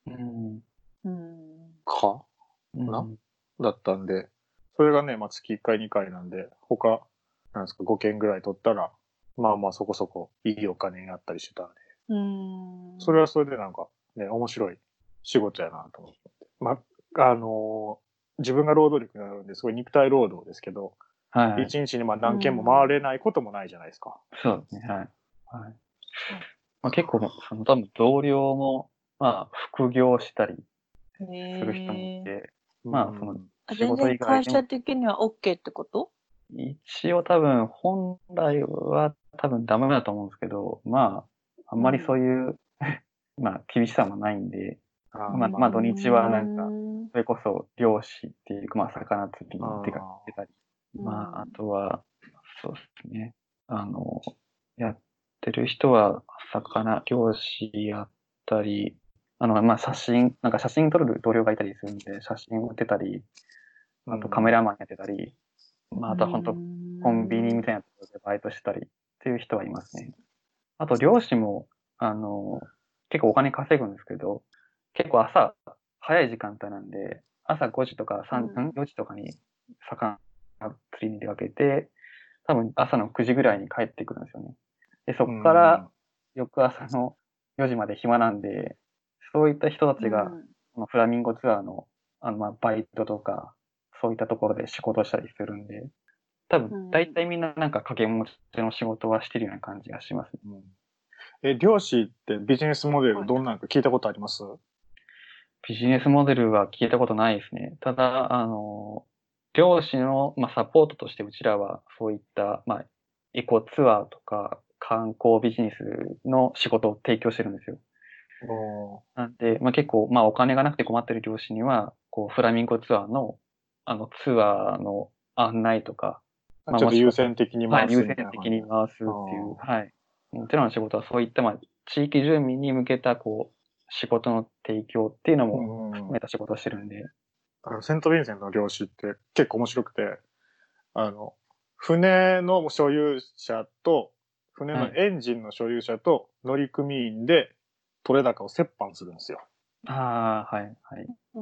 かなだったんで、それがね、まあ月1回2回なんで、他、なんですか、5件ぐらい取ったら、まあまあそこそこいいお金になったりしてたんで、それはそれでなんかね、面白い仕事やなと思って。まあ、自分が労働力になるんで、すごい肉体労働ですけど、一日にまあ何件も回れないこともないじゃないですか。 そうですね、はい。はい。まあ、結構、多分同僚も、まあ、副業したりする人もいて、まあ、 仕事以外でも。会社的には OK ってこと？ 一応多分、本来は多分ダメだと思うんですけど、まあ、あんまりそういう、まあ、厳しさもないんで、まあ、土日はなんか、それこそ漁師っていうか、まあ、魚釣りに出かけたり、まあ、あとは、そうですね、やってる人は、漁師やったり、まあ、なんか写真撮る同僚がいたりするんで、写真を撮ってたり、あとカメラマンやってたり、まあ、あとは本当、コンビニみたいなところでバイトしたりっていう人はいますね。あと、漁師も、結構お金稼ぐんですけど、結構朝、早い時間帯なんで、朝5時とか4時とかに魚釣りに出かけて、多分朝の9時ぐらいに帰ってくるんですよね。で、そこから翌朝の4時まで暇なんで、そういった人たちが、フラミンゴツアーの、まあ、バイトとか、そういったところで仕事したりするんで、多分、大体みんななんか掛け持ちの仕事はしてるような感じがしますね。漁師ってビジネスモデルどんなのか聞いたことあります？ ビジネスモデルは聞いたことないですね。ただ、漁師の、まあ、サポートとしてうちらはそういった、まあ、エコツアーとか観光ビジネスの仕事を提供してるんですよ。なんで、まあ、結構、まあ、お金がなくて困ってる漁師には、こう、フラミンゴツアーの、ツアーの案内とか、 まあ、ちょっと優先的に回すみたいな優先的に回すっていう、はい。もちろん仕事はそういった、まあ、地域住民に向けた、こう、仕事の提供っていうのも含めた仕事をしてるんで。 セント・ヴィンセントの漁師って結構面白くて、船の所有者と、船のエンジンの所有者と乗組員で取れ高を折半するんですよ。 ああ、はい、はい。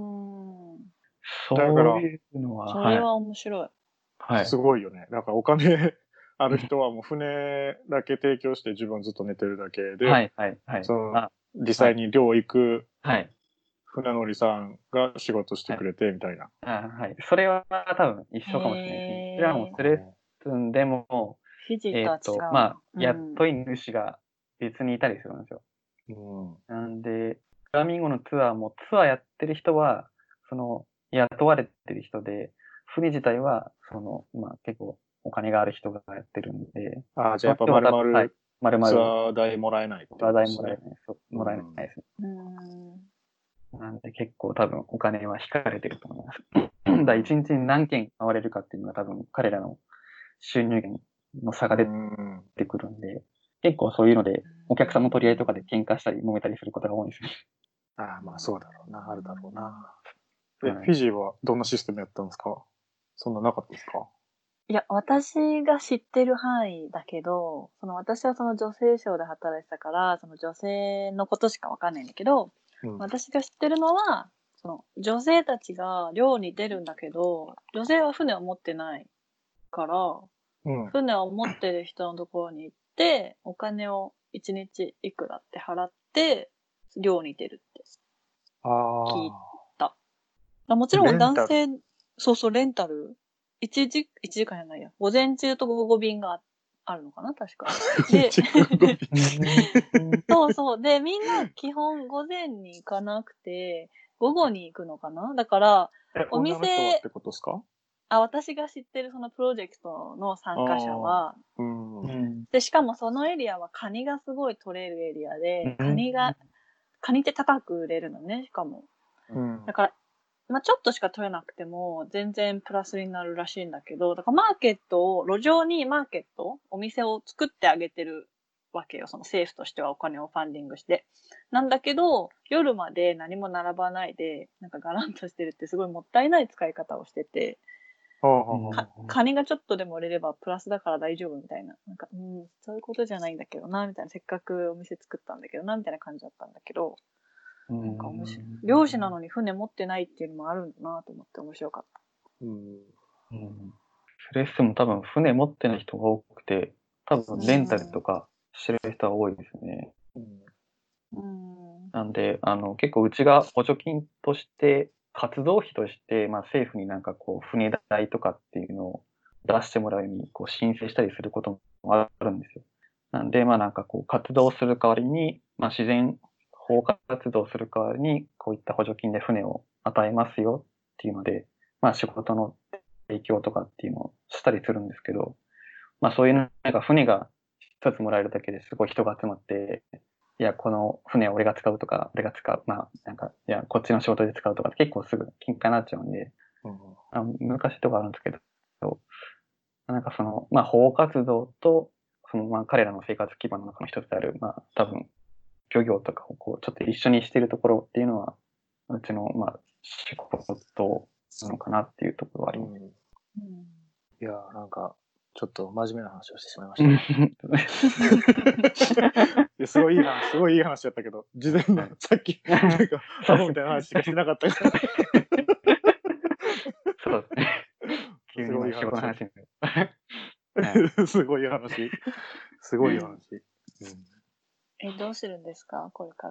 そういうのは、 それは面白い。 はい。すごいよね。だからお金ある人はもう船だけ提供して自分ずっと寝てるだけで、 はい、はい、はい。 実際に漁行く、 はい。 船乗りさんが仕事してくれてみたいな。 はい。それは多分一緒かもしれないですね。うちらもスレッスンでも、まあ、雇い主が別にいたりするんですよ。なんで、フラミンゴのツアーやってる人は、雇われてる人で、船自体は、まあ結構お金がある人がやってるんで。 ああ、じゃあやっぱ丸々ツアー代もらえないってことですね。 ツアー代もらえないですね。なんで結構多分お金は引かれてると思います。だ一日に何件回れるかっていうのが多分彼らの収入源の差が出てくるんで、結構そういうのでお客さんの取り合いとかで喧嘩したり揉めたりすることが多いんですね。 ああ、まあそうだろうな、あるだろうな。フィジーはどんなシステムやったんですか？そんななかったですか？ いや、私が知ってる範囲だけど、私はその女性省で働いてたから、その女性のことしかわかんないんだけど、 私が知ってるのは、その女性たちが漁に出るんだけど、女性は船を持ってないから、船を持ってる人のところに行って、お金を1日いくらって払って、漁に出るって聞いた。もちろん男性、そうそう、レンタル。1時間じゃないや。午前中と午後便があるのかな確か。で、そうそう。で、みんな基本午前に行かなくて、午後に行くのかなだから、 お店。女の人はってことですか？ 私が知ってるそのプロジェクトの参加者は、で、しかもそのエリアはカニがすごい取れるエリアで、カニって高く売れるのね、しかも。だから、まあちょっとしか取れなくても、全然プラスになるらしいんだけど、だからマーケットを、路上にマーケット、お店を作ってあげてるわけよ。その政府としてはお金をファンディングして。なんだけど、夜まで何も並ばないで、なんかガランとしてるってすごいもったいない使い方をしてて、カニがちょっとでも売れればプラスだから大丈夫みたいな。なんか、そういうことじゃないんだけどな、みたいな。せっかくお店作ったんだけどな、みたいな感じだったんだけど、なんか面白い。漁師なのに船持ってないっていうのもあるんだなと思って面白かった。 フレッシュも多分船持ってない人が多くて、多分レンタルとかしてる人は多いですね。なんで、結構うちが補助金として、活動費として、まあ政府になんかこう、船代とかっていうのを出してもらうように、こう、申請したりすることもあるんですよ。なんで、まあなんかこう、活動する代わりに、まあ自然保護活動する代わりに、こういった補助金で船を与えますよっていうので、まあ仕事の提供とかっていうのをしたりするんですけど、まあそういうなんか船が一つもらえるだけですごい人が集まって、いや、この船は俺が使うとか、俺が使う、まあ、なんか、いや、こっちの仕事で使うとか、結構すぐ喧嘩になっちゃうんで、難しいとこあるんですけど、なんかその、まあ、保護活動と、その、まあ、彼らの生活基盤の中の一つである、まあ、多分、漁業とかをこう、ちょっと一緒にしているところっていうのは、うちの、まあ、仕事なのかなっていうところはあります。 いや、なんか、ちょっと真面目な話をしてしまいました。すごいいい話、すごいいい話だったけど、事前の、さっき、なんか、アホみたいな話しかしてなかったから。 そうですね。急に仕事の話にすごい話。すごい話。 どうするんですかこれから。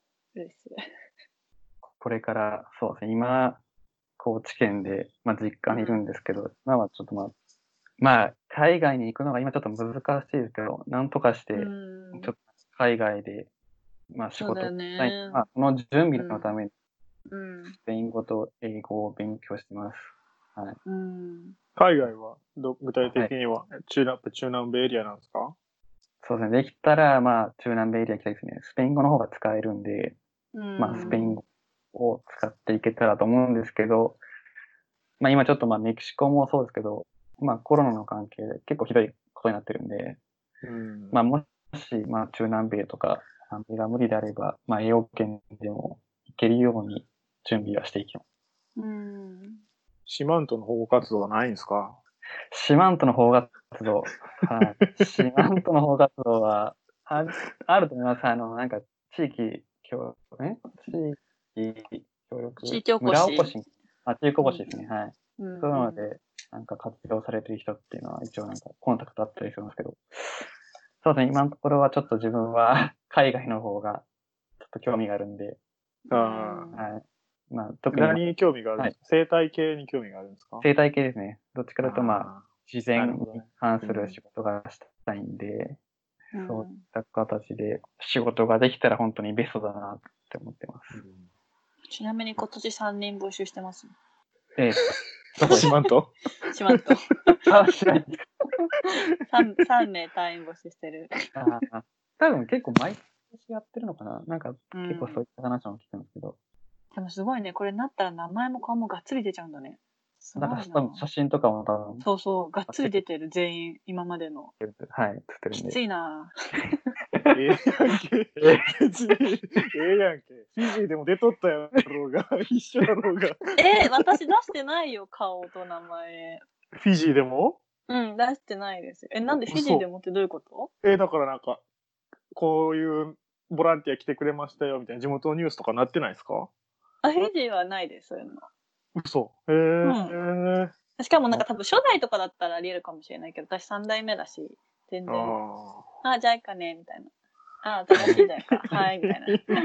これから、そうですね。今、高知県で、まあ、実家にいるんですけど、今はちょっとまあ、海外に行くのが今ちょっと難しいですけど、なんとかして、ちょっと海外で、まあ仕事したい。まあ、その準備のために、スペイン語と英語を勉強してます。はい。 海外は具体的には中南米エリアなんですか？ そうですね。できたら、まあ、中南米エリア行きたいですね。スペイン語の方が使えるんで、まあ、スペイン語を使っていけたらと思うんですけど、まあ、今ちょっとまあ、メキシコもそうですけど、まあ、コロナの関係で結構ひどいことになってるんで、まあ、もし、まあ、中南米とか、南米が無理であれば、まあ、英語圏でも行けるように準備はしていきます。 四万十の保護活動はないんですか？ 四万十の保護活動。はい。四万十の保護活動は、あると思います。なんか、地域協力、村おこし。地域おこしですね。はい。そういうので、なんか活動されてる人っていうのは一応なんかコンタクトあったりするんですけど、そうですね、今のところはちょっと自分は海外の方がちょっと興味があるんで、はい。まあ、特に。 何に興味があるんですか？生態系に興味があるんですか？ 生態系ですね。どっちかというと、まあ、自然に関する仕事がしたいんで、そういった形で仕事ができたら本当にベストだなって思ってます。 ちなみに今年3人募集してます。 四万十知らない。 3名隊員募集してる。 多分結構毎年やってるのかな。なんか結構そういった話も聞くんですけど。 でもすごいね。これになったら名前も顔もがっつり出ちゃうんだね。 なんか写真とかも多分。 そうそう。がっつり出てる。全員、今までの。 はい。撮ってるんで。 きついなええやんけ。別に、ええやんけ。フィジーでも出とったやろうが、一緒だろうが。 私出してないよ、顔と名前。 フィジーでも？ うん、出してないです。なんでフィジーでもってどういうこと？ だからなんか、こういうボランティア来てくれましたよみたいな地元のニュースとかなってないですか？ フィジーはないです、そういうの。 嘘。へえ。 しかもなんか多分初代とかだったらありえるかもしれないけど、私3代目だし、全然。じゃあいいかねみたいな。新しいじゃんか。はいみたい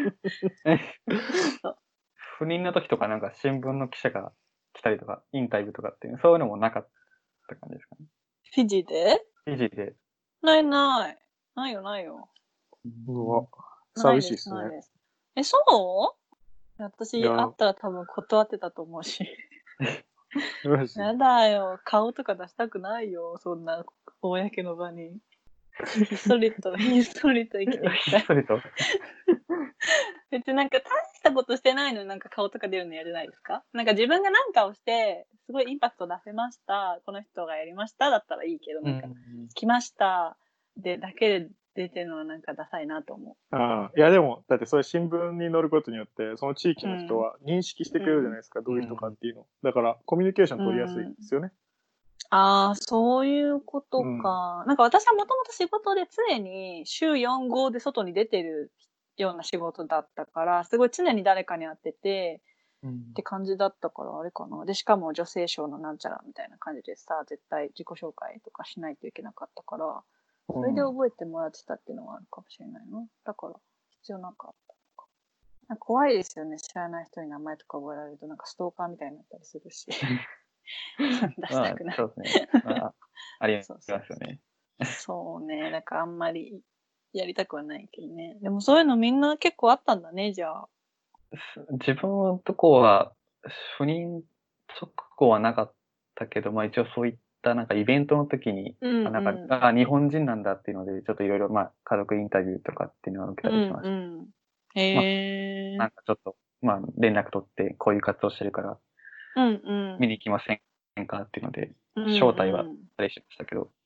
な。不妊の時とかなんか新聞の記者が来たりとか、インタビューとかっていう、そういうのもなかった感じですかね。 フィジーで？ フィジーで。 ないない。ないよないよ。 うわ、寂しいですね。 そう私、会ったら多分断ってたと思うし。やだよ。顔とか出したくないよ。そんな、公の場に。ひっそりと生きていきたい。 ひっそりと別になんか大したことしてないのになんか顔とか出るのやじゃないですか？なんか自分が何かをして、すごいインパクト出せました。この人がやりました。だったらいいけど、なんか、来ました。で、だけで出てるのはなんかダサいなと思う。 いやでも、だってそれ新聞に載ることによって、その地域の人は認識してくれるじゃないですか。どういう人かっていうの。だから、コミュニケーション取りやすいですよね。 そういうことか。なんか私はもともと仕事で常に週4、5で外に出てるような仕事だったから、すごい常に誰かに会ってて、って感じだったからあれかな。で、しかも女性賞のなんちゃらみたいな感じでさ、絶対自己紹介とかしないといけなかったから、それで覚えてもらってたっていうのはあるかもしれないの。だから必要なかったのか。なんか怖いですよね。知らない人に名前とか覚えられるとなんかストーカーみたいになったりするし。出したくない。 そうですね。ありますよね。 そうね。だからあんまりやりたくはないけどね。でもそういうのみんな結構あったんだね、じゃあ。 自分のとこは、不妊直後はなかったけど、一応そういったなんかイベントの時に、なんか日本人なんだっていうので、ちょっといろいろ家族インタビューとかっていうのを受けたりしました。なんかちょっと、連絡取って、こういう活動してるから、見に行きませんかっていうので、招待はしたりしましたけど、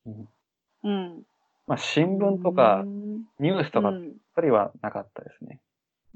新聞とかニュースとかやっぱりはなかったですね。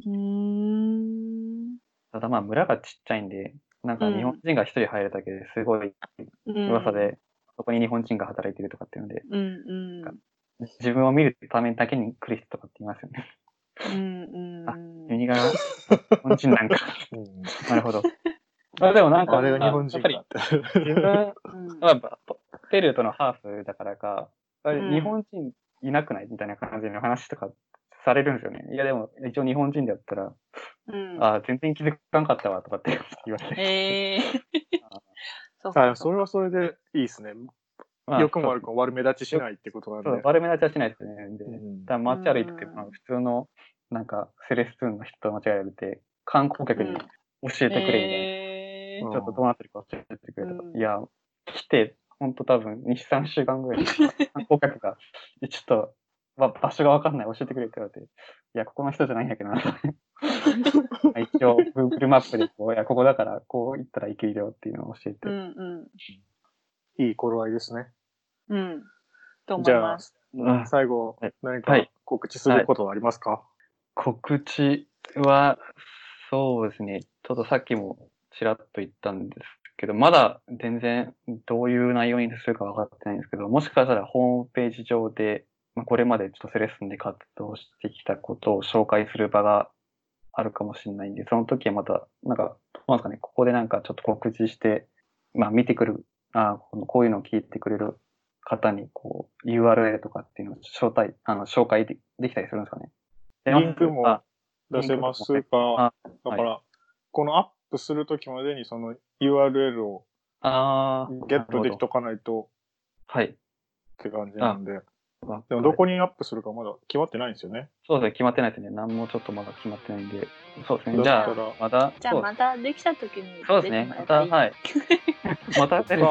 ただ村がちっちゃいんで、なんか日本人が一人入るだけですごい噂で、そこに日本人が働いてるとかっていうので、自分を見るためだけに来る人とかって言いますよね。君が日本人なんか。なるほど。でもなんか、 あれが日本人かって。 自分ペルーとのハーフだからか、日本人いなくないみたいな感じの話とかされるんですよね。いやでも一応日本人だったら、全然気づかんかったわとかって言われて。 それはそれでいいですね。良くも悪くも悪目立ちしないってことなんで。 そう、悪目立ちはしないですね。で、街歩いてて、普通のなんかセレスプーンの人と間違えられて、観光客に教えてくれみたいな。ちょっとどうなってるか教えてくれとか。いや、来て、ほんと多分2、3週間ぐらい観光客が、ちょっと、場所がわかんない、教えてくれって言われて、いや、ここの人じゃないんだけどな。一応、Google マップでここだから、こう行ったら行けるよっていうのを教えて。 いい頃合いですね。 と思います。 じゃあ、最後、何か告知することはありますか？ 告知は、そうですね。ちょっとさっきもちらっと言ったんですけど、まだ全然どういう内容にするか分かってないんですけど、もしかしたらホームページ上で、これまでちょっとセレッソンで活動してきたことを紹介する場があるかもしれないんで、その時はまた、なんか、どうなんですかね、ここでなんかちょっと告知して、見てくる、こういうのを聞いてくれる方に、URL とかっていうのを紹介できたりするんですかね。 リンクも出せますか？だから、このアップするときまでにその URL をゲットできとかないと、って感じなんで。でもどこにアップするかまだ決まってないんですよね。 そうですね、決まってないですね。何もちょっとまだ決まってないんで。そうですね。じゃあまたできたときに。 そうですね。また出る。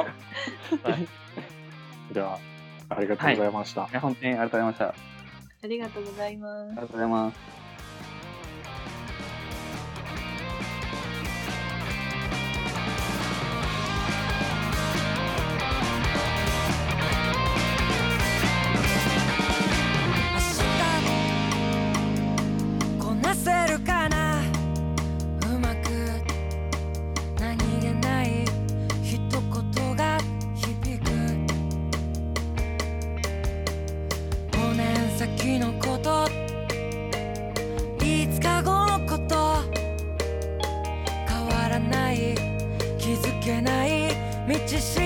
じゃあ、ありがとうございました。 本当にありがとうございました。 ありがとうございます。 ありがとうございます。 自信